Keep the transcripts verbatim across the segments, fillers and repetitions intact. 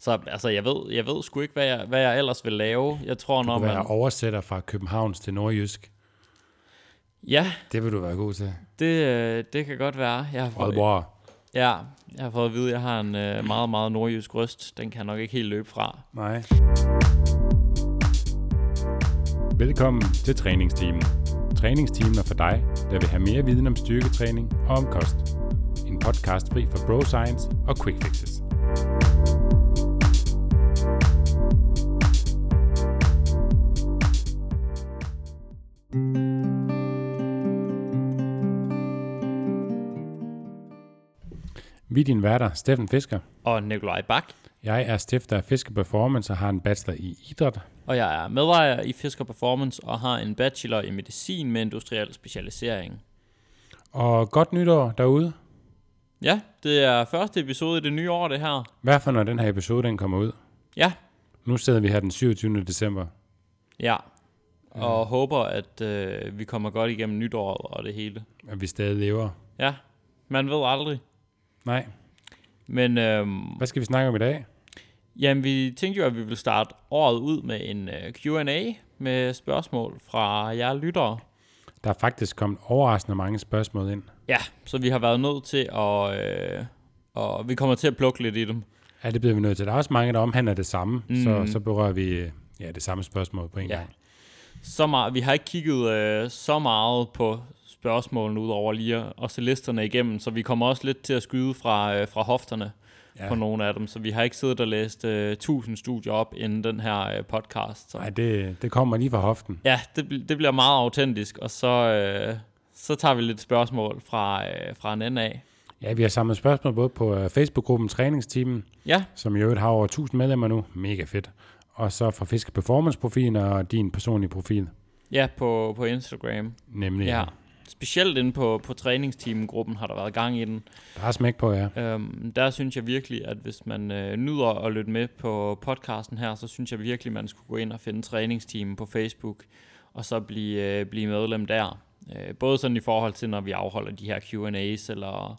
Så altså, jeg ved, jeg ved sgu ikke, hvad jeg, hvad jeg ellers vil lave. Jeg tror, du når kan man... være oversætter fra Københavns til nordjysk. Ja. Det vil du være god til. Det, det kan godt være. Jeg har fået, ja, jeg har fået at vide, at jeg har en øh, meget, meget nordjysk røst. Den kan jeg nok ikke helt løbe fra. Nej. Velkommen til Træningsteamen. Træningsteamen er for dig, der vil have mere viden om styrketræning og om kost. En podcast fri for bro science og quick fixes. Vi er dine værter, Steffen Fisker. Og Nikolaj Bak. Jeg er stifter af Fisker Performance og har en bachelor i idræt. Og jeg er medejer i Fisker Performance og har en bachelor i medicin med industriel specialisering. Og godt nytår derude. Ja, det er første episode i det nye år, det her. Hvad for når den her episode den kommer ud? Ja. Nu sidder vi her den syvogtyvende december. Ja, og mm. håber, at øh, vi kommer godt igennem nytåret og det hele. At vi stadig lever. Ja, man ved aldrig. Nej. Men øhm, hvad skal vi snakke om i dag? Jamen, vi tænkte jo, at vi vil starte året ud med en uh, Q and A med spørgsmål fra jer lyttere. Der er faktisk kommet overraskende mange spørgsmål ind. Ja, så vi har været nødt til at... Øh, og vi kommer til at plukke lidt i dem. Ja, det bliver vi nødt til. Der er også mange, der omhandler det samme. Mm. Så, så berører vi ja, det samme spørgsmål på en ja. gang. Så meget, vi har ikke kigget øh, så meget på spørgsmålene ud over lige at se listerne igennem, så vi kommer også lidt til at skyde fra, øh, fra hofterne ja. på nogle af dem, så vi har ikke siddet og læst øh, tusind studier op inden den her øh, podcast. Nej, det, det kommer lige fra hoften. Ja, det, det bliver meget autentisk, og så, øh, så tager vi lidt spørgsmål fra, øh, fra en ende af. Ja, vi har samlet spørgsmål både på øh, Facebook-gruppen Træningsteamen, ja. som i øvrigt har over tusind medlemmer nu. Mega fedt. Og så fra Fisker Performance-profilen og din personlige profil. Ja, på, på Instagram. Nemlig, ja. Specielt inde på, på træningsteam-gruppen har der været gang i den. Der er smæk på, ja. Øhm, der synes jeg virkelig, at hvis man øh, nyder at lytte med på podcasten her, så synes jeg virkelig, man skulle gå ind og finde træningsteam på Facebook, og så blive, øh, blive medlem der. Øh, både sådan i forhold til, når vi afholder de her Q and A's, eller,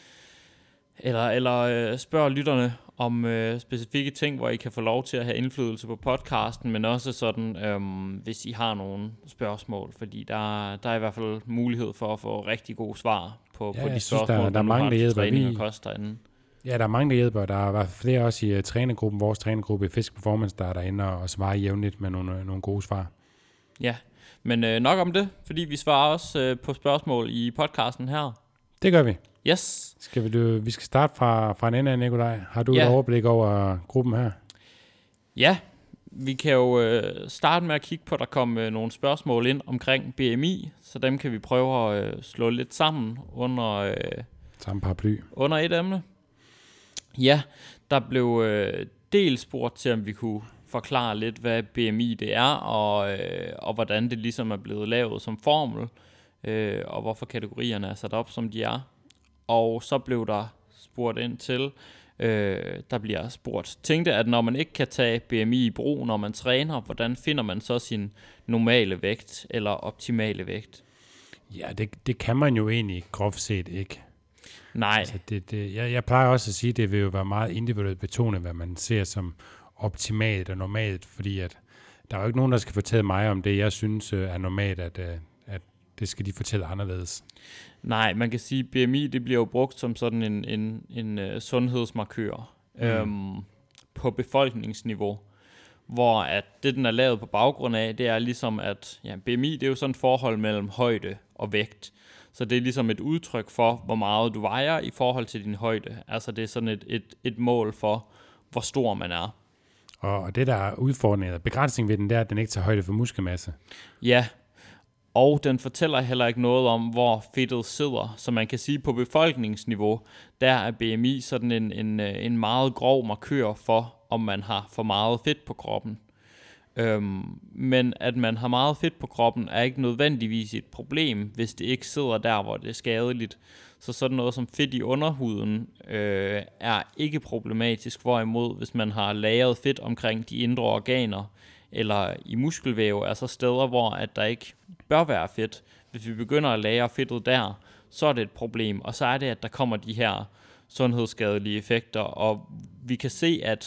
eller, eller øh, spørger lytterne om øh, specifikke ting, hvor I kan få lov til at have indflydelse på podcasten, men også sådan, øhm, hvis I har nogle spørgsmål, fordi der, der er i hvert fald mulighed for at få rigtig gode svar på, ja, på de synes, spørgsmål, der, der er mange, der hjælper. Træning og kost derinde. Ja, der er mange, der hjælper. Der er flere også i uh, trænergruppen, vores trænergruppe i Fisker Performance, der er derinde og, og svarer jævnligt med nogle, nogle gode svar. Ja, men øh, nok om det, fordi vi svarer også øh, på spørgsmål i podcasten her. Det gør vi. Yes. Skal vi, du, vi skal starte fra, fra en ende af, Nikolaj. Har du ja. et overblik over gruppen her? Ja, vi kan jo øh, starte med at kigge på, at der kom øh, nogle spørgsmål ind omkring B M I, så dem kan vi prøve at øh, slå lidt sammen under, øh, Samme paraply. under et emne. Ja, der blev øh, dels spurgt til, om vi kunne forklare lidt, hvad B M I det er, og, øh, og hvordan det ligesom er blevet lavet som formel, øh, og hvorfor kategorierne er sat op, som de er. Og så blev der spurgt ind til, øh, der bliver spurgt, tænkte, at når man ikke kan tage B M I i brug, når man træner, hvordan finder man så sin normale vægt eller optimale vægt? Ja, det, det kan man jo egentlig groft set ikke. Nej. Altså det, det, jeg, jeg plejer også at sige, at det vil jo være meget individuelt betonet, hvad man ser som optimalt og normalt, fordi at der er jo ikke nogen, der skal fortælle mig om det, jeg synes er normalt, at, at det skal de fortælle anderledes. Nej, man kan sige, at B M I det bliver jo brugt som sådan en, en, en uh, sundhedsmarkør mm. øhm, på befolkningsniveau, hvor at det, den er lavet på baggrund af, det er ligesom, at ja, B M I det er jo sådan et forhold mellem højde og vægt. Så det er ligesom et udtryk for, hvor meget du vejer i forhold til din højde. Altså det er sådan et, et, et mål for, hvor stor man er. Og det der er udfordringen, eller begrænsning ved den, der, at den ikke tager højde for muskelmasse. Ja, og den fortæller heller ikke noget om, hvor fedtet sidder. Så man kan sige, på befolkningsniveau, der er B M I sådan en, en, en meget grov markør for, om man har for meget fedt på kroppen. Øhm, men at man har meget fedt på kroppen, er ikke nødvendigvis et problem, hvis det ikke sidder der, hvor det er skadeligt. Så sådan noget som fedt i underhuden øh, er ikke problematisk, hvorimod hvis man har lagret fedt omkring de indre organer, eller i muskelvæv, altså steder, hvor at der ikke bør være fedt. Hvis vi begynder at lagre fedtet der, så er det et problem, og så er det, at der kommer de her sundhedsskadelige effekter, og vi kan se, at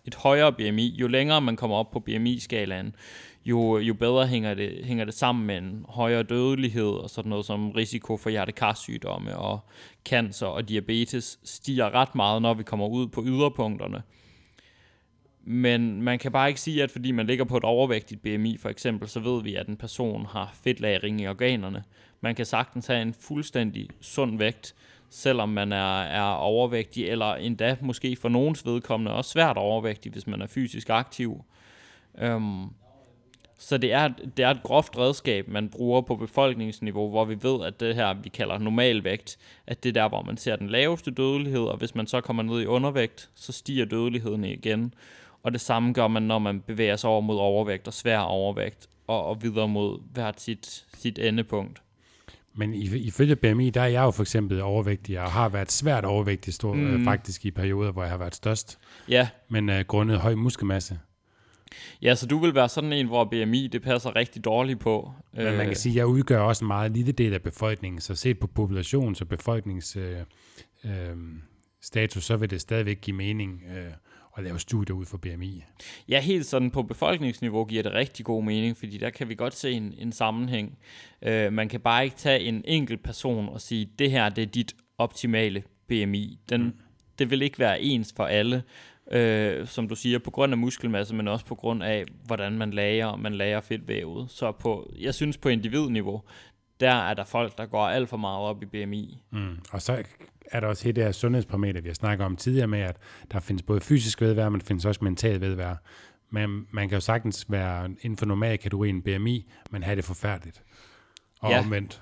et højere B M I, jo længere man kommer op på B M I-skalaen, jo, jo bedre hænger det, hænger det sammen med en højere dødelighed og sådan noget som risiko for hjertekarsygdomme og cancer og diabetes stiger ret meget, når vi kommer ud på yderpunkterne. Men man kan bare ikke sige, at fordi man ligger på et overvægtigt B M I for eksempel, så ved vi, at en person har fedtlagring i organerne. Man kan sagtens have en fuldstændig sund vægt, selvom man er, er overvægtig, eller endda måske for nogens vedkommende også svært overvægtig, hvis man er fysisk aktiv. Um, så det er, det er et groft redskab, man bruger på befolkningsniveau, hvor vi ved, at det her, vi kalder normalvægt, at det er der, hvor man ser den laveste dødelighed, og hvis man så kommer ned i undervægt, så stiger dødeligheden igen. Og det samme gør man, når man bevæger sig over mod overvægt og svær overvægt, og, og videre mod hvert sit, sit endepunkt. Men ifølge B M I, der er jeg jo for eksempel overvægtig, og har været svært overvægtig, stor, mm. faktisk i perioder, hvor jeg har været størst. Ja. Men uh, grundet høj muskelmasse. Ja, så du vil være sådan en, hvor B M I, det passer rigtig dårligt på. Men man kan sige, at jeg udgør også en meget lille del af befolkningen, så set på populations- og befolkningsstatus, øh, øh, status, så vil det stadigvæk give mening øh, at lave studier ud for B M I. Ja, helt sådan på befolkningsniveau giver det rigtig god mening, fordi der kan vi godt se en, en sammenhæng. Øh, man kan bare ikke tage en enkelt person og sige, det her det er dit optimale B M I. Den, mm. Det vil ikke være ens for alle, øh, som du siger, på grund af muskelmasse, men også på grund af, hvordan man lager, man lager fedtvævet. Så på, jeg synes på individniveau, der er der folk, der går alt for meget op i B M I. Mm. Og så er der også hele det her sundhedsparameter, vi har snakket om tidligere med, at der findes både fysisk velvære, men der findes også mental velvære. Men man kan jo sagtens være inden for normal kategorien B M I, men have det forfærdeligt. Og ja. omvendt.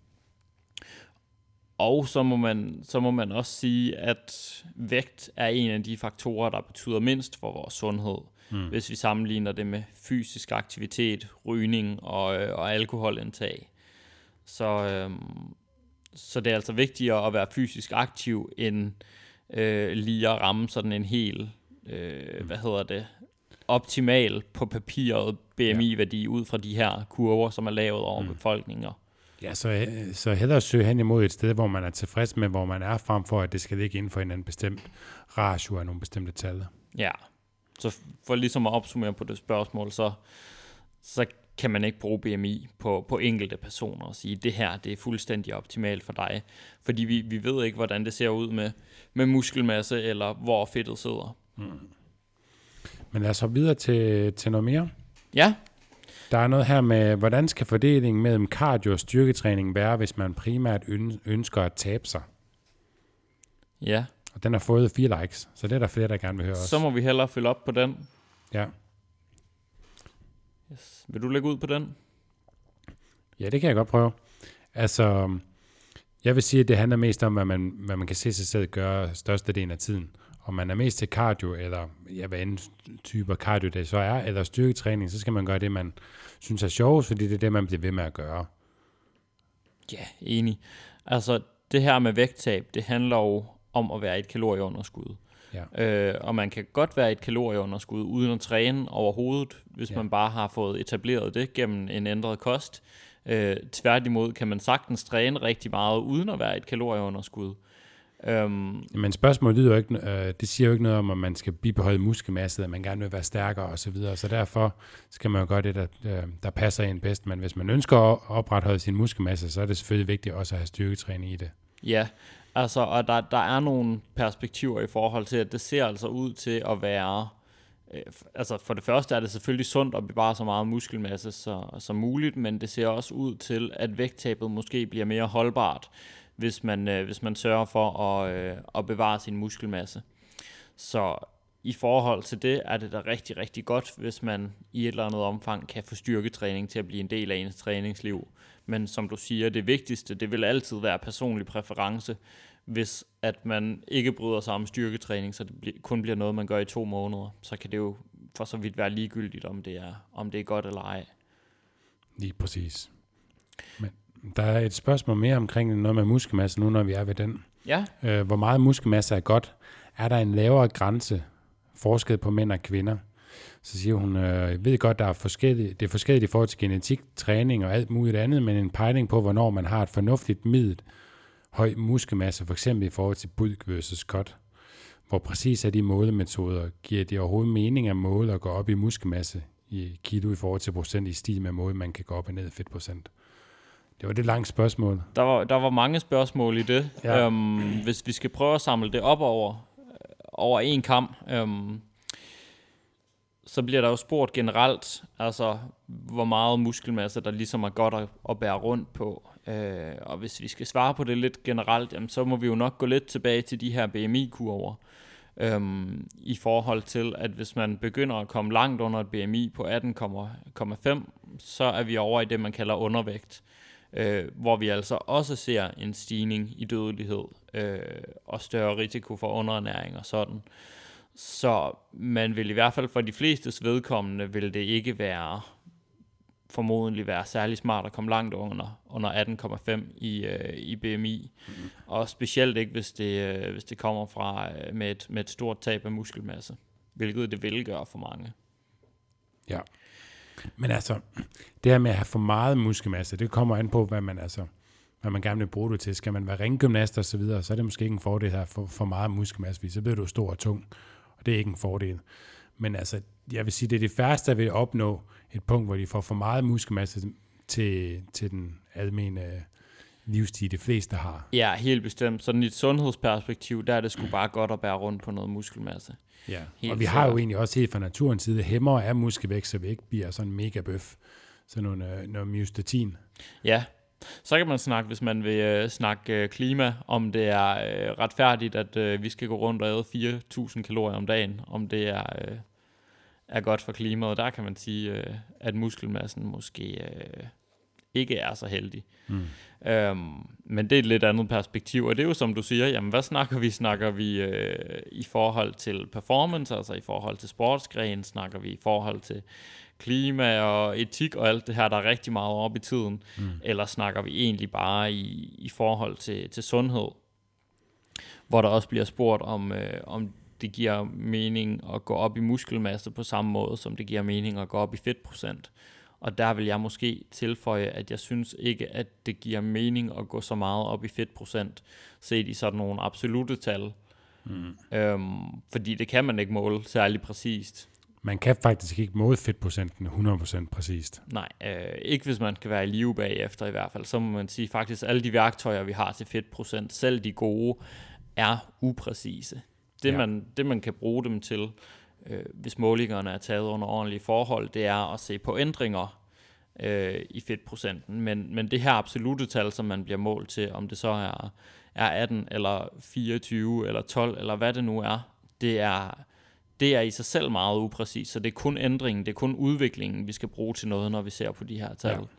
Og så må, man, så må man også sige, at vægt er en af de faktorer, der betyder mindst for vores sundhed. Mm. Hvis vi sammenligner det med fysisk aktivitet, rygning og, og alkoholindtag. Så, øhm, så det er altså vigtigere at være fysisk aktiv, end øh, lige at ramme sådan en hel, øh, hvad hedder det, optimal på papiret B M I-værdi ud fra de her kurver, som er lavet over mm. befolkninger. Ja, så, så hellere søge hen imod et sted, hvor man er tilfreds med, hvor man er, frem for at det skal ligge inden for en anden bestemt ratio af nogle bestemte tal. Ja, så for ligesom at opsummere på det spørgsmål, så, så kan man ikke bruge B M I på, på enkelte personer og sige, det her det er fuldstændig optimalt for dig. Fordi vi, vi ved ikke, hvordan det ser ud med, med muskelmasse, eller hvor fedtet sidder. Mm. Men lad os hoppe videre til, til noget mere. Ja. Der er noget her med, hvordan skal fordelingen mellem cardio og styrketræning være, hvis man primært ønsker at tabe sig? Ja. Og den har fået fire likes, så det er der flere, der gerne vil høre også. Så må vi hellere følge op på den. Ja. Yes. Vil du lægge ud på den? Ja, det kan jeg godt prøve. Altså, jeg vil sige, at det handler mest om, hvad man, hvad man kan se sig selv gøre størstedelen af tiden. Om man er mest til cardio, eller ja, hvad anden typer cardio det så er, eller styrketræning, så skal man gøre det, man synes er sjovest, fordi det er det, man bliver ved med at gøre. Ja, enig. Altså, det her med vægttab, det handler jo om at være et kalorieunderskud. Ja. Øh, og man kan godt være et kalorieunderskud uden at træne overhovedet, hvis ja. man bare har fået etableret det gennem en ændret kost. Øh, tværtimod kan man sagtens træne rigtig meget uden at være et kalorieunderskud. Um, Men spørgsmålet lyder jo ikke, øh, det siger jo ikke noget om, at man skal bibeholde muskelmasse, at man gerne vil være stærkere og så videre. Så derfor skal man jo gøre det, der, der passer ind bedst. Men hvis man ønsker at opretholde sin muskelmasse, så er det selvfølgelig vigtigt også at have styrketræning i det. Ja, altså, og der, der er nogle perspektiver i forhold til, at det ser altså ud til at være, øh, altså for det første er det selvfølgelig sundt at bevare så meget muskelmasse så, som muligt, men det ser også ud til, at vægttabet måske bliver mere holdbart, hvis man, øh, hvis man sørger for at, øh, at bevare sin muskelmasse. Så i forhold til det er det da rigtig, rigtig godt, hvis man i et eller andet omfang kan få styrketræning til at blive en del af ens træningsliv. Men som du siger, det vigtigste, det vil altid være personlig præference, hvis at man ikke bryder sig om styrketræning, så det kun bliver noget, man gør i to måneder. Så kan det jo for så vidt være ligegyldigt, om det er, om det er godt eller ej. Lige præcis. Men der er et spørgsmål mere omkring noget med muskelmasse, nu når vi er ved den. Ja. Øh, hvor meget muskelmasse er godt? Er der en lavere grænse, forskel på mænd og kvinder? Så siger hun, øh, jeg ved godt, der er forskelligt, det er forskelligt i forhold til genetik, træning og alt muligt andet, men en pejling på, hvornår man har et fornuftigt middel, høj muskelmasse, for eksempel i forhold til bulk versus cut. hvor præcis er de målemetoder? Giver det overhovedet mening at måle og gå op i muskelmasse i kilo i forhold til procent i stil med måde, man kan gå op og ned i fedtprocent? Det var det langt spørgsmål. Der var, der var mange spørgsmål i det. Ja. Øhm, hvis vi skal prøve at samle det op over, over en kam, øhm, så bliver der jo spurgt generelt, altså hvor meget muskelmasse, der ligesom er godt at, at bære rundt på. Øh, og hvis vi skal svare på det lidt generelt, jamen, så må vi jo nok gå lidt tilbage til de her B M I-kurver. Øhm, I forhold til, at hvis man begynder at komme langt under et B M I på atten komma fem, så er vi over i det, man kalder undervægt. Øh, hvor vi altså også ser en stigning i dødelighed øh, og større risiko for underernæring og sådan. Så man vil i hvert fald for de flestes vedkommende, vil det ikke være formodentlig være særlig smart at komme langt under, under atten komma fem i, øh, i B M I. Mm-hmm. Og specielt ikke, hvis det, øh, hvis det kommer fra øh, med, et, med et stort tab af muskelmasse, hvilket det vil gøre for mange. Ja. Men altså, det her med at have for meget muskelmasse, det kommer an på, hvad man, altså, hvad man gerne vil bruge det til. Skal man være ringgymnast og så videre, så er det måske ikke en fordel her for, for meget muskelmasse, fordi så bliver du stor og tung, og det er ikke en fordel. Men altså, jeg vil sige, det er de færreste, der vil opnå et punkt, hvor de får for meget muskelmasse til, til den almene livsstil, de fleste har. Ja, helt bestemt. Sådan i et sundhedsperspektiv, der er det sgu bare godt at bære rundt på noget muskelmasse. Ja, helt og vi har jo egentlig også helt fra naturens side hæmmer af muskelvækst, så vi ikke bliver sådan mega bøf. Sådan noget, noget myostatin. Ja, så kan man snakke, hvis man vil øh, snakke øh, klima, om det er øh, retfærdigt, at øh, vi skal gå rundt og æde fire tusind kalorier om dagen, om det er, øh, er godt for klimaet. Der kan man sige, øh, at muskelmassen måske øh, ikke er så heldig. Mm. Øhm, men det er et lidt andet perspektiv, og det er jo som du siger, jamen hvad snakker vi? Snakker vi øh, i forhold til performance, altså i forhold til sportsgren, snakker vi i forhold til klima og etik og alt det her, der er rigtig meget op i tiden, mm. eller snakker vi egentlig bare i, i forhold til, til sundhed, hvor der også bliver spurgt om, øh, om det giver mening at gå op i muskelmasse på samme måde, som det giver mening at gå op i fedtprocent. Og der vil jeg måske tilføje, at jeg synes ikke, at det giver mening at gå så meget op i fedtprocent, set i sådan nogle absolute tal. Mm. Øhm, fordi det kan man ikke måle særlig præcist. Man kan faktisk ikke måle fedtprocenten hundrede procent præcist. Nej, øh, ikke hvis man kan være i live bagefter i hvert fald. Så må man sige, faktisk alle de værktøjer, vi har til fedtprocent, selv de gode, er upræcise. Det, ja. man, det man kan bruge dem til, øh, hvis målingerne er taget under ordentlige forhold, det er at se på ændringer øh, i fedtprocenten. Men, men det her absolute tal, som man bliver målt til, om det så er, er atten eller fireogtyve eller tolv eller hvad det nu er, det er, det er i sig selv meget upræcist. Så det er kun ændringen, det er kun udviklingen, vi skal bruge til noget, når vi ser på de her tal. Ja.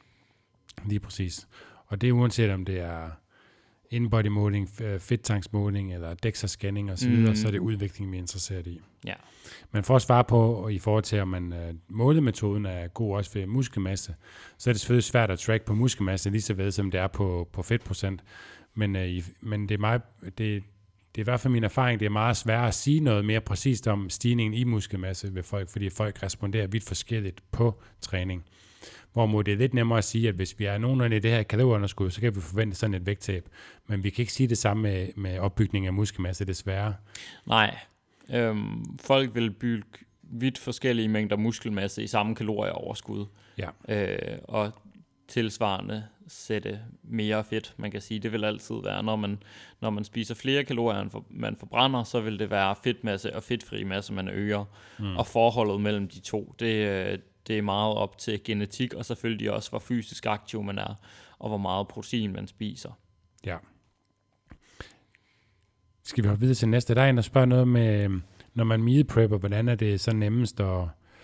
Lige præcis. Og det er uanset om det er in-body måling, fedttanksmåling eller DEXA-scanning osv., mm. så er det udviklingen, vi er interesseret i. Ja. Men for at svare på, i forhold til, om man uh, målemetoden er god også ved muskelmasse, så er det selvfølgelig svært at track på muskelmasse, lige så ved som det er på, på fedtprocent. Men, uh, i, men det, er meget, det, det er i hvert fald min erfaring, det er meget svært at sige noget mere præcist om stigningen i muskelmasse ved folk, fordi folk responderer vidt forskelligt på træning. Hvorimod det er lidt nemmere at sige, at hvis vi er nogenlunde i det her kalorieunderskud, så kan vi forvente sådan et vægttab. Men vi kan ikke sige det samme med, med opbygning af muskelmasse, desværre. Nej. Øhm, folk vil bygge vidt forskellige mængder muskelmasse i samme kalorieoverskud. Ja. Øh, og tilsvarende sætte mere fedt. Man kan sige, det vil altid være, når man, når man spiser flere kalorier, end for, man forbrænder, så vil det være fedtmasse og fedtfri masse, man øger. Mm. Og forholdet mellem de to, det Det er meget op til genetik, og selvfølgelig også, hvor fysisk aktiv man er, og hvor meget protein man spiser. Ja. Skal vi hoppe videre til næste? Der er en, der spørger noget med, når man meal prepper, hvordan er det så nemmest at,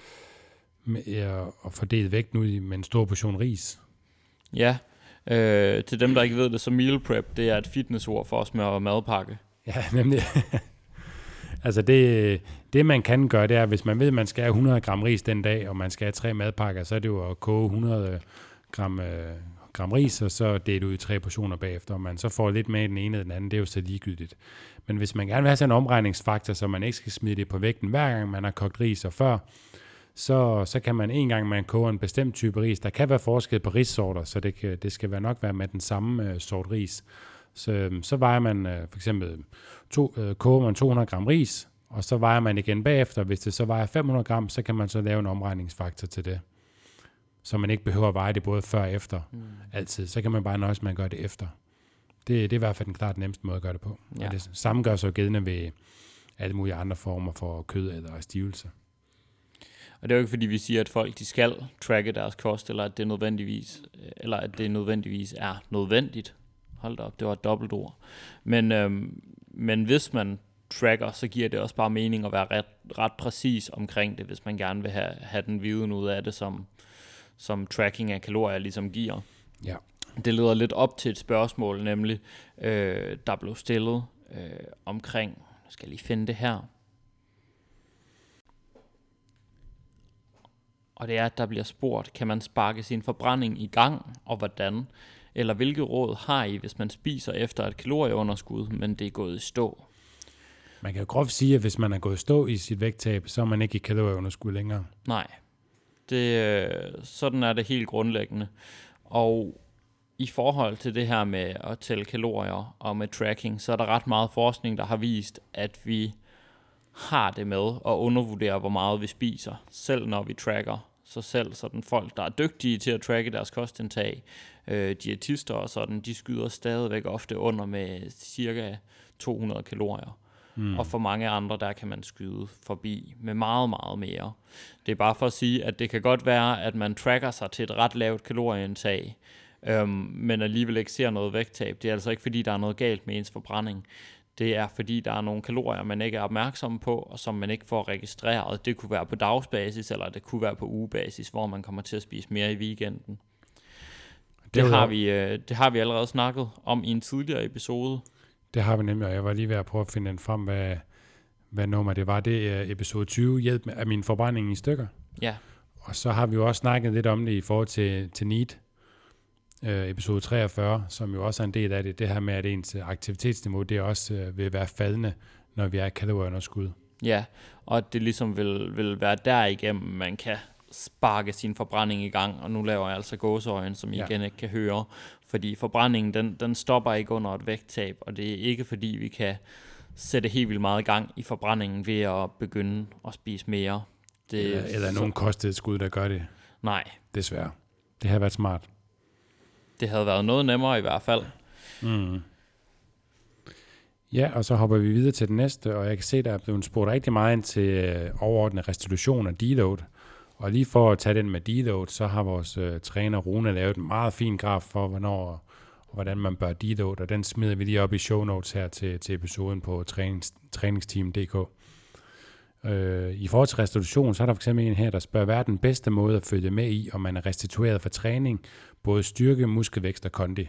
at fordele vægten ud med en stor portion ris? Ja, øh, til dem, der ikke ved det, så meal prep, det er et fitnessord for os med madpakke. Ja, nemlig. Altså det, det man kan gøre, det er, hvis man ved, at man skal have hundrede gram ris den dag, og man skal have tre madpakker, så er det jo at koge hundrede gram, øh, gram ris, og så dele ud i tre portioner bagefter, og man så får lidt med i den ene eller den anden, det er jo så ligegyldigt. Men hvis man gerne vil have sådan en omregningsfaktor, så man ikke skal smide det på vægten hver gang, man har kogt ris og før, så, så kan man en gang, man koger en bestemt type ris, der kan være forskel på rissorter, så det, kan, det skal være nok være med den samme øh, sort ris, Så, så vejer man øh, for eksempel, to, øh, koger man to hundrede gram ris, og så vejer man igen bagefter. Hvis det så vejer fem hundrede gram, så kan man så lave en omregningsfaktor til det. Så man ikke behøver at veje det både før og efter mm. altid. Så kan man bare nøjes med at gøre det efter. Det, det er i hvert fald den klart nemmeste måde at gøre det på. Ja. Og det samme gør så gældende ved alle mulige andre former for kød eller stivelse. Og det er jo ikke fordi vi siger, at folk de skal tracke deres kost, eller at det nødvendigvis, eller at det nødvendigvis er nødvendigt. Hold da op, det var et dobbeltord. Men, øhm, men hvis man tracker, så giver det også bare mening at være ret, ret præcis omkring det, hvis man gerne vil have, have den viden ud af det, som, som tracking af kalorier ligesom giver. Ja. Det leder lidt op til et spørgsmål, nemlig, øh, der blev stillet øh, omkring, nu skal jeg lige finde det her, og det er, at der bliver spurgt, kan man sparke sin forbrænding i gang, og hvordan? Eller hvilke råd har I, hvis man spiser efter et kalorieunderskud, men det er gået i stå? Man kan jo groft sige, at hvis man er gået i stå i sit vægttab, så er man ikke i kalorieunderskud længere. Nej, det, sådan er det helt grundlæggende. Og i forhold til det her med at tælle kalorier og med tracking, så er der ret meget forskning, der har vist, at vi har det med at undervurdere, hvor meget vi spiser, selv når vi tracker. Så selv sådan folk, der er dygtige til at tracke deres kostindtag, øh, diætister og sådan, de skyder stadigvæk ofte under med cirka to hundrede kalorier. Mm. Og for mange andre, der kan man skyde forbi med meget, meget mere. Det er bare for at sige, at det kan godt være, at man tracker sig til et ret lavt kalorieindtag, øhm, men alligevel ikke ser noget vægttab. Det er altså ikke, fordi der er noget galt med ens forbrænding. Det er, fordi der er nogle kalorier, man ikke er opmærksom på, og som man ikke får registreret. Det kunne være på dagsbasis, eller det kunne være på ugebasis, hvor man kommer til at spise mere i weekenden. Det, det, har, vi, det har vi allerede snakket om i en tidligere episode. Det har vi nemlig, og jeg var lige ved at prøve at finde den frem, hvad, hvad nummer det var. Det er episode tyve, hjælp med min forbrænding i stykker. Ja. Og så har vi jo også snakket lidt om det i forhold til, til N E A T, øh, episode treogfyrre, som jo også er en del af det. Det her med, at ens aktivitetsniveau, det også øh, vil være faldende, når vi er kalorieunderskud. Ja, og det ligesom vil, vil være derigennem, man kan sparke sin forbrænding i gang, og nu laver jeg altså gåseøjne, som I ja. igen ikke kan høre, fordi forbrændingen, den, den stopper ikke under et vægttab, og det er ikke fordi, vi kan sætte helt vildt meget i gang i forbrændingen ved at begynde at spise mere. Det, eller eller så, nogen kosttilskud, der gør det. Nej. Desværre. Det har været smart. Det havde været noget nemmere i hvert fald. Mm. Ja, og så hopper vi videre til den næste, og jeg kan se, der er blevet spurgt rigtig meget ind til øh, overordnet restitution og deload. Og lige for at tage den med deload, så har vores øh, træner Rune lavet en meget fin graf for, hvornår og hvordan man bør deload, og den smider vi lige op i show notes her til, til episoden på trænings, træningsteam punktum d k. Øh, I forhold til restitution, så er der for eksempel en her, der spørger, hvad er den bedste måde at følge med i, om man er restitueret for træning, både styrke, muskelvækst og kondi?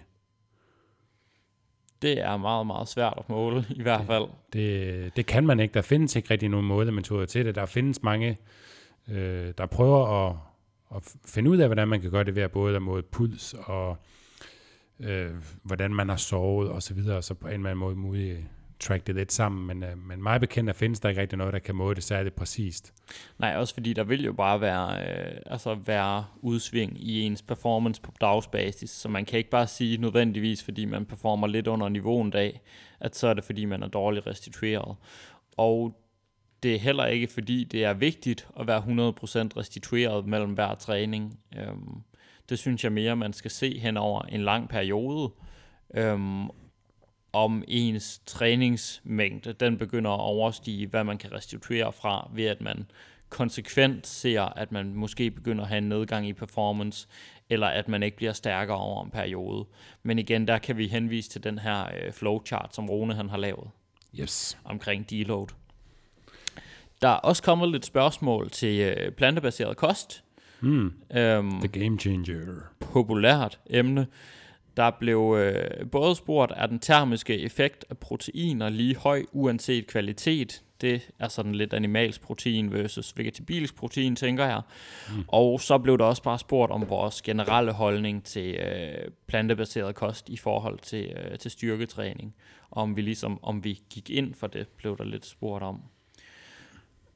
Det er meget, meget svært at måle, i hvert fald. Det, det, det kan man ikke. Der findes ikke rigtig nogen målemetoder til det. Der findes mange, øh, der prøver at, at finde ud af, hvordan man kan gøre det ved at både måle puls og øh, hvordan man har sovet og så videre, og så på en eller anden måde muligt track det lidt sammen, men, øh, men meget bekendt, der findes der ikke rigtig noget, der kan måle det særligt præcist. Nej, også fordi der vil jo bare være, øh, altså være udsving i ens performance på dagsbasis, så man kan ikke bare sige nødvendigvis, fordi man performer lidt under niveau en dag, at så er det fordi, man er dårligt restitueret. Og det er heller ikke fordi, det er vigtigt at være hundrede procent restitueret mellem hver træning. Øhm, det synes jeg mere, man skal se hen over en lang periode, øhm, om ens træningsmængde, den begynder at overstige, hvad man kan restituere fra, ved at man konsekvent ser, at man måske begynder at have en nedgang i performance, eller at man ikke bliver stærkere over en periode. Men igen, der kan vi henvise til den her øh, flowchart, som Rune han har lavet, yes, omkring deload. Der er også kommet lidt spørgsmål til øh, plantebaseret kost. Mm. Øhm, The game changer. Populært emne. Der blev øh, både spurgt, er den termiske effekt af proteiner lige høj, uanset kvalitet? Det er sådan lidt animalsk protein versus vegetabilsk protein, tænker jeg. Mm. Og så blev der også bare spurgt om vores generelle holdning til øh, plantebaseret kost i forhold til, øh, til styrketræning. Om vi ligesom, om vi gik ind for det, blev der lidt spurgt om.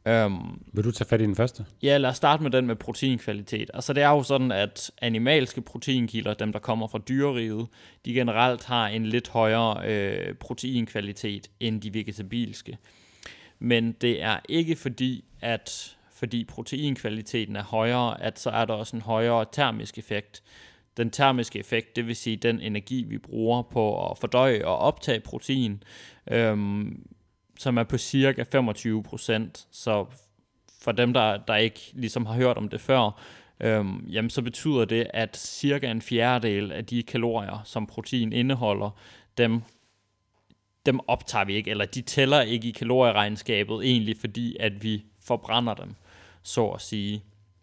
Um, Vil du tage fat i den første? Ja, lad os starte med den med proteinkvalitet. Altså det er jo sådan, at animalske proteinkilder, dem der kommer fra dyreriget, de generelt har en lidt højere øh, proteinkvalitet end de vegetabilske. Men det er ikke fordi, at fordi proteinkvaliteten er højere, at så er der også en højere termisk effekt. Den termiske effekt, det vil sige den energi, vi bruger på at fordøje og optage protein, øhm, som er på cirka femogtyve procent. Så for dem, der, der ikke ligesom har hørt om det før, øhm, jamen så betyder det, at cirka en fjerdedel af de kalorier, som protein indeholder, dem, dem optager vi ikke, eller de tæller ikke i kalorieregnskabet, egentlig fordi, at vi forbrænder dem, så at sige.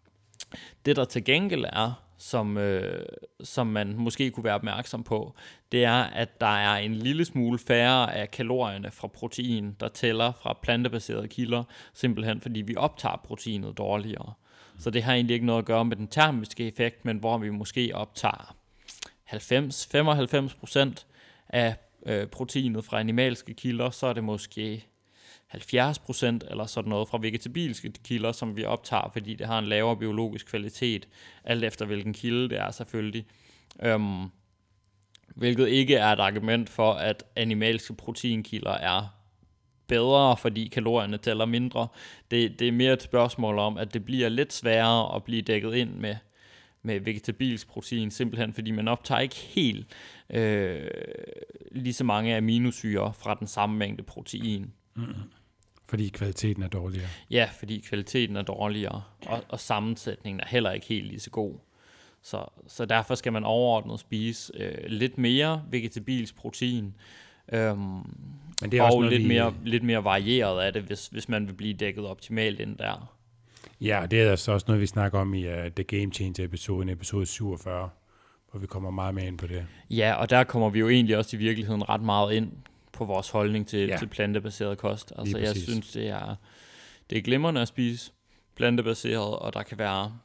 Det, der til gengæld er, som, øh, som man måske kunne være opmærksom på, det er, at der er en lille smule færre af kalorierne fra protein, der tæller fra plantebaserede kilder, simpelthen fordi vi optager proteinet dårligere. Så det har egentlig ikke noget at gøre med den termiske effekt, men hvor vi måske optager halvfems til femoghalvfems procent af øh, proteinet fra animalske kilder, så er det måske halvfjerds procent eller sådan noget fra vegetabilske kilder, som vi optager, fordi det har en lavere biologisk kvalitet, alt efter hvilken kilde det er selvfølgelig. Øhm, hvilket ikke er et argument for, at animalske proteinkilder er bedre, fordi kalorierne tæller mindre. Det, det er mere et spørgsmål om, at det bliver lidt sværere at blive dækket ind med, med vegetabilsk protein, simpelthen fordi man optager ikke helt øh, lige så mange aminosyrer fra den samme mængde protein. Mm-hmm. Fordi kvaliteten er dårligere. Ja, fordi kvaliteten er dårligere, og, og sammensætningen er heller ikke helt lige så god. Så, så derfor skal man overordnet spise øh, lidt mere vegetabilsk protein, øhm, Men det er og også noget, lidt, vi... mere, lidt mere varieret af det, hvis, hvis man vil blive dækket optimalt ind der. Ja, det er så også noget, vi snakker om i uh, The Game Changer-episoden, episode syvogfyrre, hvor vi kommer meget mere ind på det. Ja, og der kommer vi jo egentlig også i virkeligheden ret meget ind på vores holdning til, ja. til plantebaseret kost. Altså jeg synes, det er, det er glimrende at spise plantebaseret, og der kan være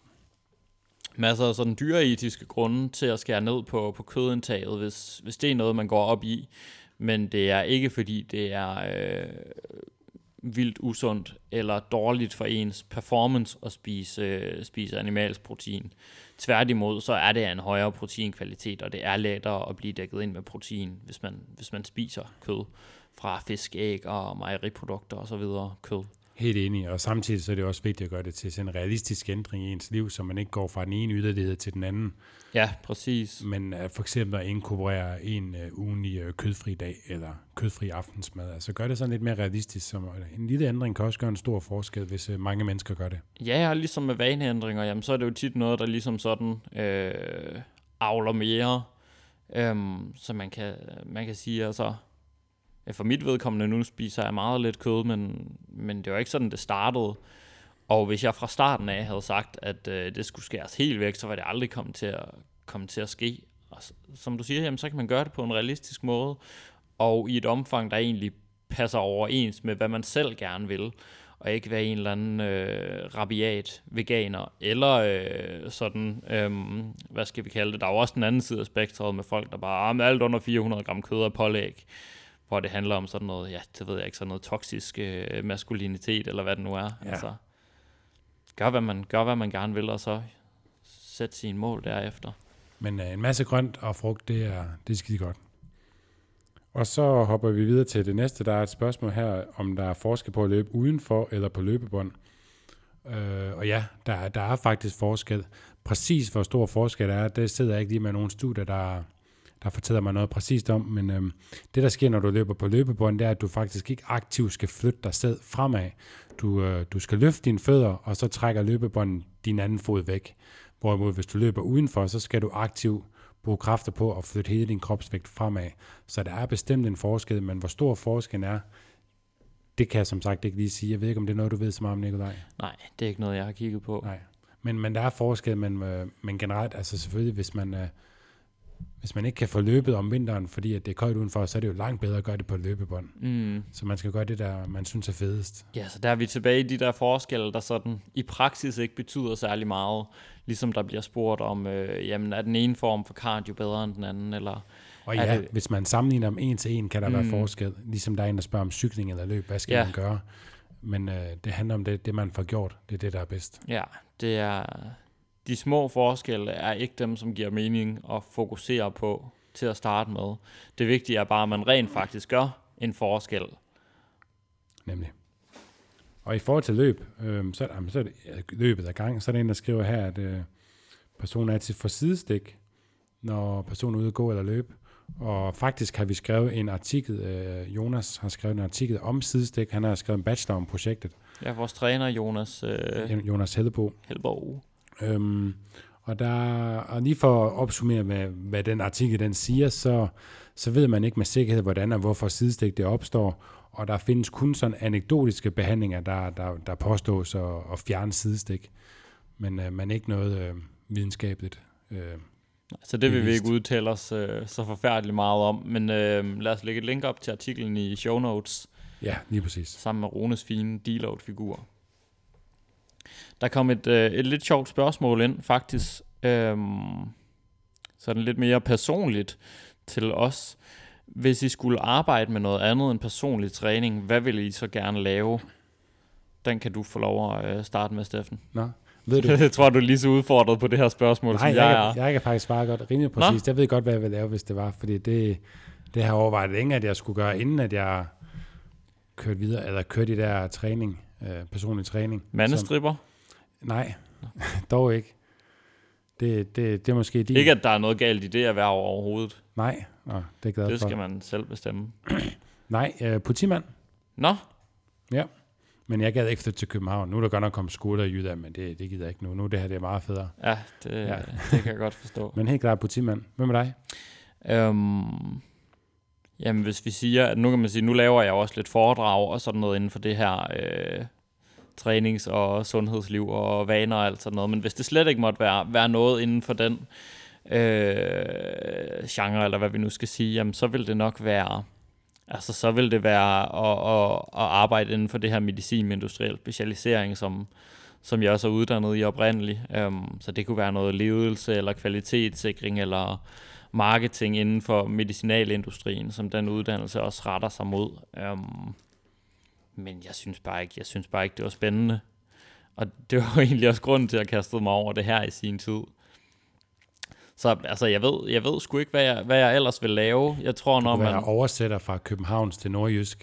masser af sådan dyreetiske grunde til at skære ned på, på kødindtaget, hvis, hvis det er noget, man går op i. Men det er ikke fordi, det er øh, vildt usundt eller dårligt for ens performance at spise, øh, spise animalsk protein. Tværtimod, så er det en højere proteinkvalitet, og det er lettere at blive dækket ind med protein, hvis man, hvis man spiser kød fra fisk, æg og mejeriprodukter og så videre kød. Helt enig, og samtidig så er det også vigtigt at gøre det til sådan en realistisk ændring i ens liv, så man ikke går fra den ene yderlighed til den anden. Ja, præcis. Men uh, for eksempel at inkorporere en uh, ugenlig uh, kødfri dag, eller kødfri aftensmad, altså gør det sådan lidt mere realistisk. Som, uh, en lille ændring kan også gøre en stor forskel, hvis uh, mange mennesker gør det. Ja, og ligesom med vaneændringer, jamen, så er det jo tit noget, der ligesom sådan øh, avler mere, øhm, så man kan, man kan sige, altså... For mit vedkommende nu spiser jeg meget lidt kød, men, men det var ikke sådan, det startede. Og hvis jeg fra starten af havde sagt, at øh, det skulle skæres helt væk, så var det aldrig kommet til at, kommet til at ske. Og som du siger, jamen, så kan man gøre det på en realistisk måde, og i et omfang, der egentlig passer overens med, hvad man selv gerne vil, og ikke være en eller anden øh, rabiat veganer, eller øh, sådan, øh, hvad skal vi kalde det, der er jo også den anden side af spektret med folk, der bare, ah, alt under fire hundrede gram kød og pålæg, hvor det handler om sådan noget, ja, det ved jeg ikke, sådan noget toksisk øh, maskulinitet, eller hvad det nu er. Ja. Altså, gør, hvad man, gør, hvad man gerne vil, og så sæt sine mål derefter. Men øh, en masse grønt og frugt, det er, det er skide godt. Og så hopper vi videre til det næste. Der er et spørgsmål her, om der er forskel på at løbe udenfor eller på løbebånd. Øh, og ja, der er, der er faktisk forskel. Præcis hvor stor forskel der er, det sidder jeg ikke lige med nogle studier, der der fortæller mig noget præcist om, men øhm, det der sker, når du løber på løbebånd, det er, at du faktisk ikke aktivt skal flytte dig selv fremad. Du, øh, du skal løfte dine fødder, og så trækker løbebåndet din anden fod væk. Hvorimod, hvis du løber udenfor, så skal du aktivt bruge kræfter på at flytte hele din kropsvægt fremad. Så der er bestemt en forskel, men hvor stor forskellen er, det kan jeg som sagt ikke lige sige. Jeg ved ikke, om det er noget, du ved så meget om, Nikolaj. Nej, det er ikke noget, jeg har kigget på. Nej, men, men der er forskel, men, øh, men generelt, altså selvfølgelig, hvis man... Øh, Hvis man ikke kan få løbet om vinteren, fordi at det er koldt udenfor, så er det jo langt bedre at gøre det på et løbebånd. Mm. Så man skal gøre det, der man synes er fedest. Ja, så der er vi tilbage i de der forskelle, der sådan i praksis ikke betyder særlig meget. Ligesom der bliver spurgt om, øh, jamen er den ene form for cardio bedre end den anden, eller... Og ja, det... hvis man sammenligner dem en til en, kan der mm. være forskel. Ligesom der er en, der spørger om cykling eller løb, hvad skal ja. man gøre? men øh, det handler om det, det, man får gjort. Det er det, der er bedst. Ja, det er... De små forskelle er ikke dem, som giver mening at fokusere på til at starte med. Det vigtige er bare, at man rent faktisk gør en forskel. Nemlig. Og i forhold til løb, øh, så, jamen, så er det løbet af gang, så er der en, der skriver her, at øh, personen er til for sidestik, når personen er ude at gå eller løbe. Og faktisk har vi skrevet en artikel, øh, Jonas har skrevet en artikel om sidestik. Han har skrevet en bachelor om projektet. Ja, vores træner, Jonas... Øh, Jonas Hellebo. Hellebo. Øhm, og, der, og lige for at opsummere, hvad, hvad den artikel den siger, så, så ved man ikke med sikkerhed, hvordan og hvorfor sidestik det opstår. Og der findes kun sådan anekdotiske behandlinger, der, der, der påstås at, at fjerne sidestik. Men, øh, men ikke noget øh, videnskabeligt. Øh, så det vil vi ikke udtale os øh, så forfærdeligt meget om. Men øh, lad os lægge et link op til artiklen i show notes. Ja, lige præcis. Sammen med Rones fine deload-figur. Der kom et, øh, et lidt sjovt spørgsmål ind, faktisk. Øhm, sådan lidt mere personligt til os. Hvis I skulle arbejde med noget andet end personlig træning, hvad ville I så gerne lave? Den kan du få lov at øh, starte med, Steffen. Nå, ved du? Jeg tror, du er lige så udfordret på det her spørgsmål, Nej, som jeg, jeg er. Nej, jeg kan faktisk svare godt rimelig præcis. Nå? Jeg ved godt, hvad jeg ville lave, hvis det var. Fordi det, det har jeg overvejet længe, at jeg skulle gøre, inden at jeg kørte videre, eller kørte i der træning, øh, personlig træning. Mandestripper? Nej, dog ikke. Det, det, det er måske de... Ikke, at der er noget galt i det at være overhovedet. Nej, Nå, det er glad for. Det skal man selv bestemme. Nej, øh, politimand. Nå? Ja, men jeg gad ikke flytte til København. Nu er der godt nok kommet skoler i Jylland, men det, det gider jeg ikke nu. Nu det her det er meget federe. Ja, det, ja. det kan jeg godt forstå. Men helt klart politimand. Hvad med dig? Øhm, jamen, hvis vi siger, at nu kan man sige, nu laver jeg også lidt foredrag og sådan noget inden for det her... Øh, trænings- og sundhedsliv og vaner og alt sådan noget, men hvis det slet ikke måtte være, være noget inden for den øh, genre, eller hvad vi nu skal sige, jamen så vil det nok være, altså så vil det være at, at, at arbejde inden for det her medicin-industriel specialisering, som, som jeg også er uddannet i oprindeligt. Um, så det kunne være noget ledelse, eller kvalitetssikring, eller marketing inden for medicinalindustrien, som den uddannelse også retter sig mod. Um, Men jeg synes bare ikke, jeg synes bare ikke, det var spændende. Og det var jo egentlig også grunden til, at jeg kastede mig over det her i sin tid. Så altså, jeg ved, jeg ved sgu ikke, hvad jeg, hvad jeg ellers vil lave. Jeg tror, når man... Du oversætter fra Københavns til nordjysk.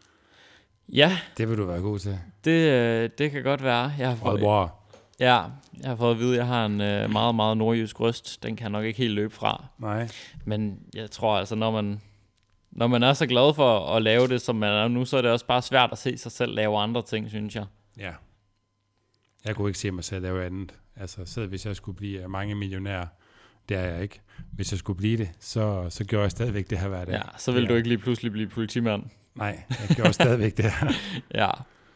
Ja. Det vil du være god til. Det, det kan godt være. Jeg har fået, ja, jeg har fået at vide, at jeg har en uh, meget, meget nordjysk røst. Den kan jeg nok ikke helt løbe fra. Nej. Men jeg tror altså, når man... Når man er så glad for at lave det, som man er nu, så er det også bare svært at se sig selv lave andre ting, synes jeg. Ja. Jeg kunne ikke se mig selv lave andet. Altså, selv hvis jeg skulle blive mange millionær, det er jeg ikke. Hvis jeg skulle blive det, så, så gjorde jeg stadigvæk det her hver dag. Ja, så vil ja. du ikke lige pludselig blive politimand. Nej, jeg gjorde stadigvæk det her. Ja.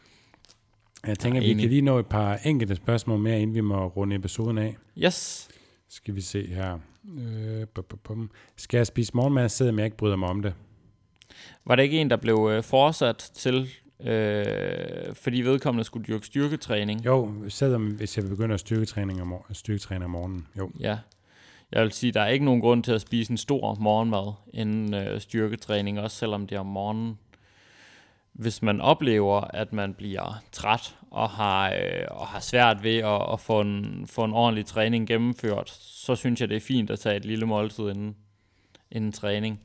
Jeg tænker, at vi kan lige nå et par enkelte spørgsmål mere, inden vi må runde episoden af. Yes. Skal vi se her. Øh, bum, bum, bum. Skal jeg spise morgenmad, selvom jeg ikke bryder mig om det? Var det ikke en, der blev øh, fortsat til, øh, fordi vedkommende skulle dyrke styrketræning? Jo, selvom hvis jeg begynder at styrketræning om, styrketræne om morgenen. Jo. Ja. Jeg vil sige, der er ikke nogen grund til at spise en stor morgenmad inden øh, styrketræning, også selvom det er om morgenen. Hvis man oplever, at man bliver træt og har, øh, og har svært ved at, at få, en, få en ordentlig træning gennemført, så synes jeg, det er fint at tage et lille måltid inden, inden træning.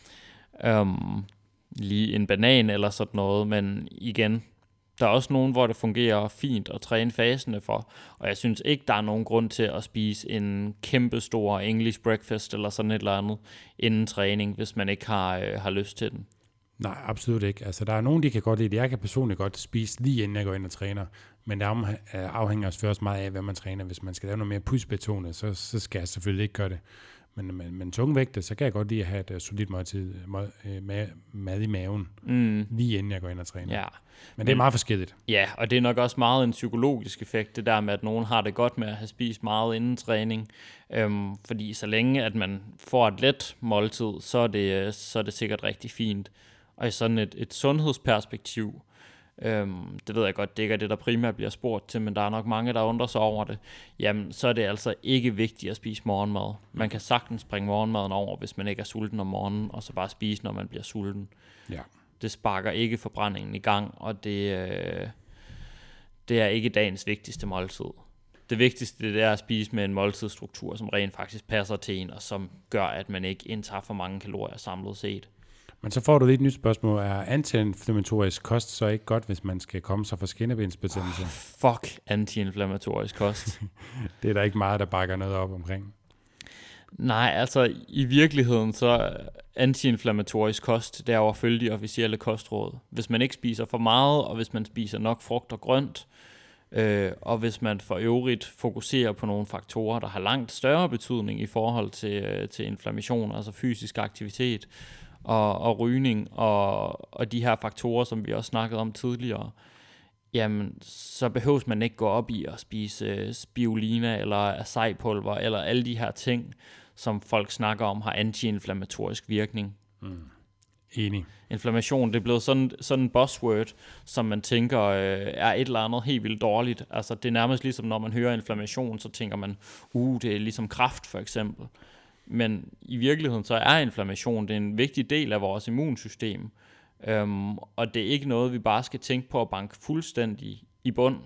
Um, lige en banan eller sådan noget, men igen, der er også nogen, hvor det fungerer fint at træne fasene for, og jeg synes ikke, der er nogen grund til at spise en kæmpe stor English breakfast eller sådan et eller andet inden træning, hvis man ikke har, øh, har lyst til den. Nej, absolut ikke. Altså, der er nogen, de kan godt lide det. Jeg kan personligt godt spise lige inden jeg går ind og træner, men det afhænger også først meget af, hvad man træner. Hvis man skal lave noget mere pushbetonet, så, så skal jeg selvfølgelig ikke gøre det. Men, men, men tungvægte, så kan jeg godt lide at have et solidt måltid, mad, mad, mad i maven, mm. lige inden jeg går ind og træner. Ja. Men det er meget forskelligt. Ja, og det er nok også meget en psykologisk effekt, det der med, at nogen har det godt med at have spist meget inden træning. Øhm, fordi så længe, at man får et let måltid, så er det, så er det sikkert rigtig fint. Og i sådan et, et sundhedsperspektiv, øhm, det ved jeg godt, det ikke er det, der primært bliver spurgt til, men der er nok mange, der undrer sig over det, jamen så er det altså ikke vigtigt at spise morgenmad. Man kan sagtens bringe morgenmaden over, hvis man ikke er sulten om morgenen, og så bare spise, når man bliver sulten. Ja. det sparker ikke forbrændingen i gang, og det, øh, det er ikke dagens vigtigste måltid. Det vigtigste det er at spise med en måltidsstruktur, som rent faktisk passer til en, og som gør, at man ikke indtager for mange kalorier samlet set. Men så får du lige et nyt spørgsmål. Er antiinflammatorisk kost så ikke godt, hvis man skal komme sig fra skinnebensbetændelse? Oh, fuck antiinflammatorisk kost. Det er der ikke meget, der bakker noget op omkring. Nej, altså i virkeligheden så antiinflammatorisk kost, det er jo at følge de officielle kostråd. Hvis man ikke spiser for meget, og hvis man spiser nok frugt og grønt, øh, og hvis man for øvrigt fokuserer på nogle faktorer, der har langt større betydning i forhold til, øh, til inflammation, altså fysisk aktivitet og, og rygning, og, og de her faktorer, som vi også snakkede om tidligere, jamen, så behøves man ikke gå op i at spise øh, spirulina eller acai-pulver, eller alle de her ting, som folk snakker om, har antiinflammatorisk virkning. Mm. Enig. Inflammation, det er blevet sådan, sådan en buzzword, som man tænker øh, er et eller andet helt vildt dårligt. Altså, det er nærmest ligesom, når man hører inflammation, så tænker man, uh, det er ligesom kræft for eksempel. Men i virkeligheden, så er inflammation, det er en vigtig del af vores immunsystem. Um, og det er ikke noget, vi bare skal tænke på at banke fuldstændig i bund.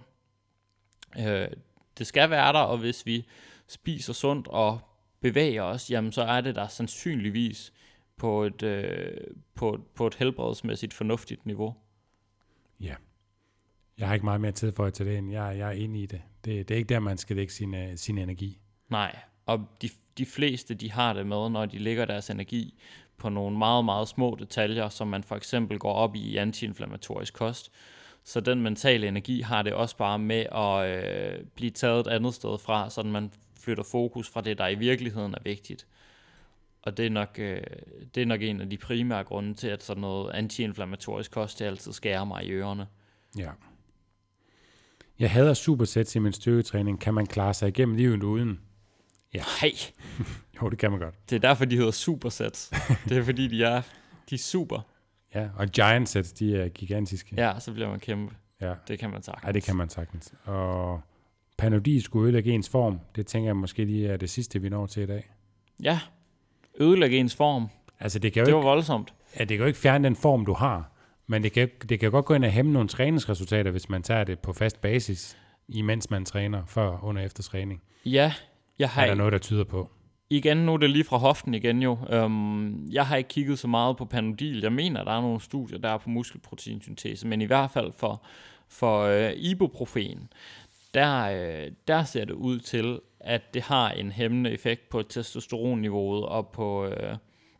Uh, det skal være der, og hvis vi spiser sundt og bevæger os, jamen så er det der sandsynligvis på et, uh, på, på et helbredsmæssigt fornuftigt niveau. Ja. Jeg har ikke meget mere tid for at tage det ind. Jeg, jeg er enig i det. det. Det er ikke der, man skal lægge sin, uh, sin energi. Nej, og de, de fleste, de har det med, når de lægger deres energi på nogle meget, meget små detaljer, som man for eksempel går op i i antiinflammatorisk kost. Så den mentale energi har det også bare med at øh, blive taget et andet sted fra, så man flytter fokus fra det, der i virkeligheden er vigtigt. Og det er nok, øh, det er nok en af de primære grunde til, at sådan noget antiinflammatorisk kost, det altid skærer mig i ørerne. Ja. Jeg hader supersets i min styrketræning. Kan man klare sig igennem livet uden? Ja. Nej. Jo, det kan man godt. Det er derfor, de hedder supersets. Det er fordi, de er, de er super. Ja, og giant sets, de er gigantiske. Ja, så bliver man kæmpe. Ja. Det kan man sagtens. Ja, det kan man sagtens. Og Panodil skulle ødelægge ens form. Det tænker jeg måske lige er det sidste, vi når til i dag. Ja, ødelægge ens form. Altså, det kan jo det ikke, var voldsomt. Ja, det kan jo ikke fjerne den form, du har. Men det kan, det kan godt gå ind og hæmme nogle træningsresultater, hvis man tager det på fast basis, imens man træner, før, under, efter træning. Ja, jeg har... Er der noget, der tyder på? Igen, nu er det lige fra hoften igen jo. Um, jeg har ikke kigget så meget på Panodil. Jeg mener, der er nogle studier, der er på muskelproteinsyntese, men i hvert fald for, for uh, ibuprofen, der, uh, der ser det ud til, at det har en hæmmende effekt på testosteronniveauet og på, uh,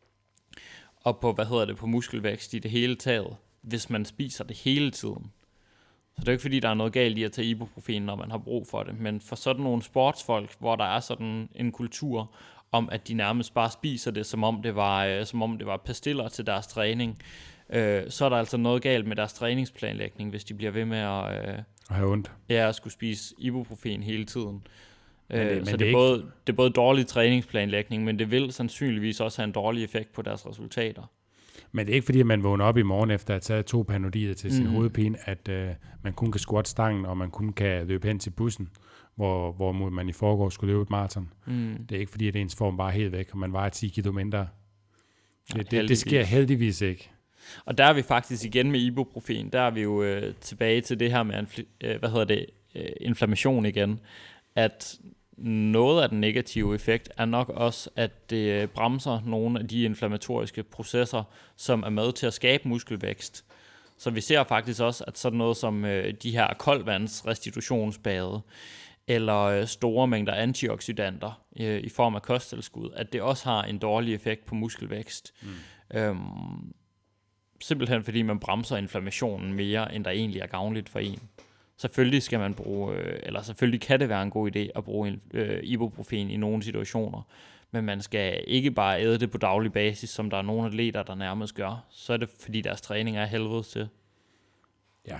og på, hvad hedder det, på muskelvækst i det hele taget, hvis man spiser det hele tiden. Så det er ikke fordi, der er noget galt i at tage ibuprofen, når man har brug for det, men for sådan nogle sportsfolk, hvor der er sådan en kultur om, at de nærmest bare spiser det, som om det var, øh, som om det var pastiller til deres træning, øh, så er der altså noget galt med deres træningsplanlægning, hvis de bliver ved med at, øh, at have ondt. Ja, at skulle spise ibuprofen hele tiden. Men det, øh, men så det, det, er er både, det er både dårlig træningsplanlægning, men det vil sandsynligvis også have en dårlig effekt på deres resultater. Men det er ikke fordi, at man vågner op i morgen efter at have taget to Panodiler til sin mm. hovedpine, at øh, man kun kan squat stangen, og man kun kan løbe hen til bussen, hvor, hvor man i forgår skulle løbe et maraton. Mm. Det er ikke fordi, at ens form bare er helt væk, og man vejer ti kilo mindre. Det, det, det sker heldigvis ikke. Og der er vi faktisk igen med ibuprofen. Der er vi jo øh, tilbage til det her med øh, hvad hedder det, øh, inflammation igen. At noget af den negative effekt er nok også, at det bremser nogle af de inflammatoriske processer, som er med til at skabe muskelvækst. Så vi ser faktisk også, at sådan noget som øh, de her koldvandsrestitutionsbade, eller øh, store mængder antioxidanter øh, i form af kosttilskud, at det også har en dårlig effekt på muskelvækst. Mm. Øhm, simpelthen fordi man bremser inflammationen mere, end der egentlig er gavnligt for en. Selvfølgelig skal man bruge, eller selvfølgelig kan det være en god idé at bruge øh, ibuprofen i nogle situationer, men man skal ikke bare æde det på daglig basis, som der er nogle atleter, der nærmest gør. Så er det, fordi deres træning er helvede til. Ja.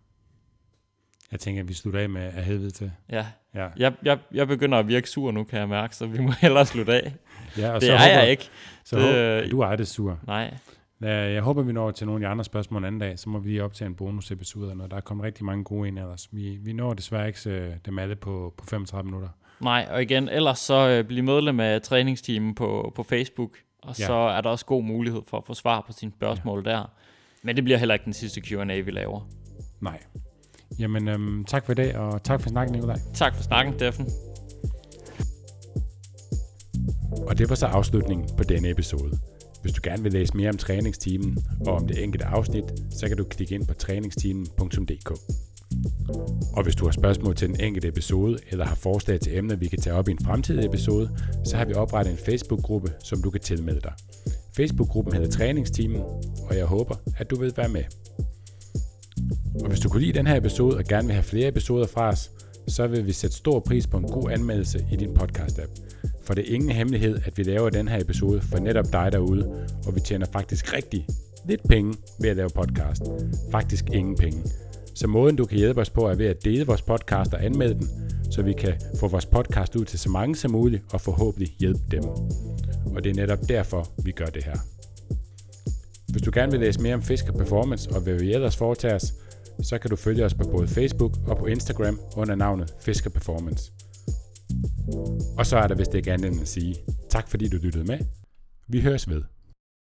Jeg tænker, at vi slutter af med af helvede til. Ja. ja. Jeg, jeg, jeg begynder at virke sur nu, kan jeg mærke, så vi må hellere slutte af. Ja, og det så er håber, jeg ikke. Så det, håber, du er det sur. Nej. Jeg håber, vi når til nogle af de andre spørgsmål en anden dag, så må vi lige optage en bonusepisode, når der er kommet rigtig mange gode ind af os. Vi, vi når desværre ikke dem alle på, på femogtredive minutter. Nej, og igen, ellers så øh, bliv medlem af træningsteamen på, på Facebook, og ja. Så er der også god mulighed for at få svar på sine spørgsmål ja. Der. Men det bliver heller ikke den sidste Q and A, vi laver. Nej. Jamen, øhm, tak for i dag, og tak for snakken, Nikolaj. Tak for snakken, Steffen. Og det var så afslutningen på denne episode. Hvis du gerne vil læse mere om træningsteamen og om det enkelte afsnit, så kan du klikke ind på træningsteamen punktum d k. Og hvis du har spørgsmål til den enkelte episode, eller har forslag til emner, vi kan tage op i en fremtidig episode, så har vi oprettet en Facebook-gruppe, som du kan tilmelde dig. Facebook-gruppen hedder Træningsteamen, og jeg håber, at du vil være med. Og hvis du kunne lide den her episode og gerne vil have flere episoder fra os, så vil vi sætte stor pris på en god anmeldelse i din podcast-app. For det er ingen hemmelighed, at vi laver den her episode for netop dig derude, og vi tjener faktisk rigtig lidt penge ved at lave podcast. Faktisk ingen penge. Så måden du kan hjælpe os på er ved at dele vores podcast og anmelde den, så vi kan få vores podcast ud til så mange som muligt og forhåbentlig hjælpe dem. Og det er netop derfor, vi gør det her. Hvis du gerne vil læse mere om Fisker Performance og hvad vi ellers foretager os, så kan du følge os på både Facebook og på Instagram under navnet Fisker Performance. Og så er der vist ikke andet end at sige tak fordi du lyttede med. Vi høres ved.